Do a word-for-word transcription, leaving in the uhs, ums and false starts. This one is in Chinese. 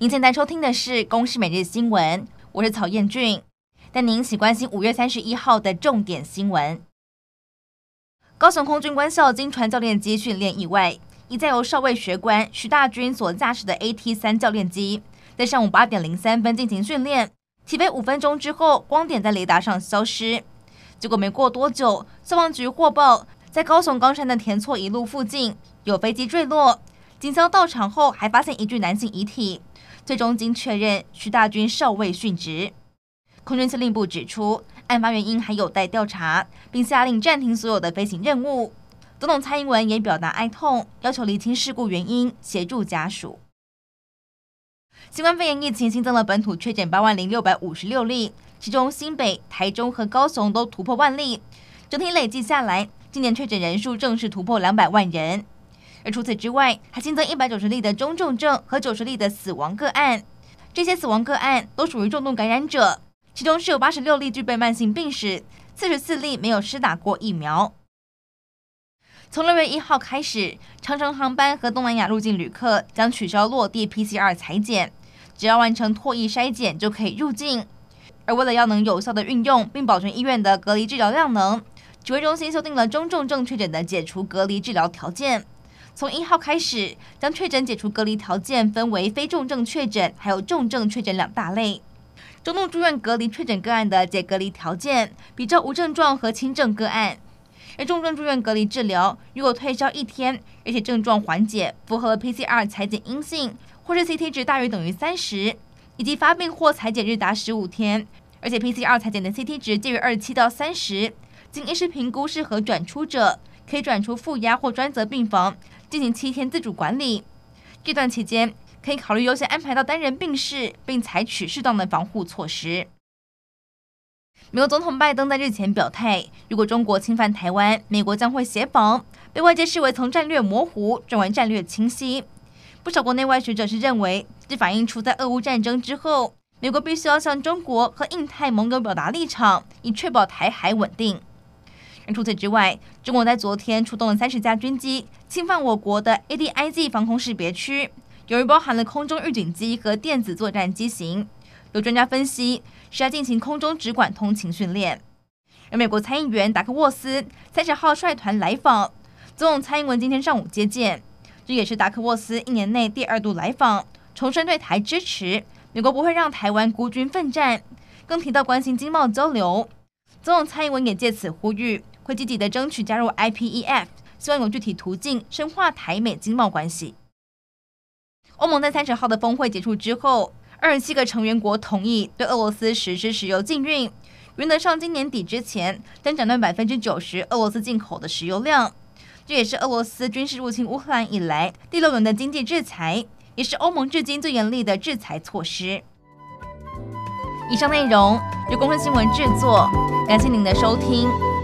您现在收听的是《公视每日新闻》，我是曹彦俊，带您一起关心五月三十一号的重点新闻。高雄空军官校经传教练机训练意外，一架由少尉学官徐大军所驾驶的 A T 三 教练机，在上午八点零三分进行训练，起飞五分钟之后，光点在雷达上消失。结果没过多久，消防局获报，在高雄冈山的田厝一路附近有飞机坠落。警消到场后，还发现一具男性遗体，最终经确认徐大军少尉殉职。空军司令部指出，案发原因还有待调查，并下令暂停所有的飞行任务。总统蔡英文也表达哀痛，要求厘清事故原因，协助家属。新冠肺炎疫情新增了本土确诊八万零六百五十六例，其中新北、台中和高雄都突破万例，整体累计下来，今年确诊人数正式突破两百万人。而除此之外，还新增一百九十例的中重症和九十例的死亡个案，这些死亡个案都属于重度感染者，其中是有八十六例具备慢性病史，四十四例没有施打过疫苗。从六月一号开始，长程航班和东南亚入境旅客将取消落地 P C R 采检，只要完成唾液筛检就可以入境。而为了要能有效的运用并保存医院的隔离治疗量能，指挥中心修订了中重症确诊的解除隔离治疗条件。从一号开始，将确诊解除隔离条件分为非重症确诊还有重症确诊两大类。中度住院隔离确诊个案的解隔离条件比照无症状和轻症个案，而重症住院隔离治疗如果退烧一天，而且症状缓解，符合了 P C R 采检阴性，或是 C T 值大于等于三十，以及发病或采检日达十五天，而且 P C R 采检的 C T 值介于二十七到三十，经医师评估适合转出者，可以转出负压或专责病房进行七天自主管理。这段期间可以考虑优先安排到单人病室，并采取适当的防护措施。美国总统拜登在日前表态，如果中国侵犯台湾，美国将会协防，被外界视为从战略模糊转为战略清晰。不少国内外学者是认为，这反映出在俄乌战争之后，美国必须要向中国和印太盟友表达立场，以确保台海稳定。而除此之外，中国在昨天出动了三十架军机，侵犯我国的 A D I Z 防空识别区，由于包含了空中预警机和电子作战机型。有专家分析，是在进行空中直管通勤训练。而美国参议员达克沃斯三十号率团来访，总统蔡英文今天上午接见，这也是达克沃斯一年内第二度来访，重申对台支持，美国不会让台湾孤军奋战，更提到关心经贸交流。总统蔡英文也借此呼吁，会积极的争取加入 I P E F， 希望有具体途径深化台美经贸关系。欧盟在三十号的峰会结束之后，二十七个成员国同意对俄罗斯实施石油禁运，原则上今年底之前将斩断百分之九十俄罗斯进口的石油量。这也是俄罗斯军事入侵乌克兰以来第六轮的经济制裁，也是欧盟至今最严厉的制裁措施。以上内容由公视新闻制作，感谢您的收听。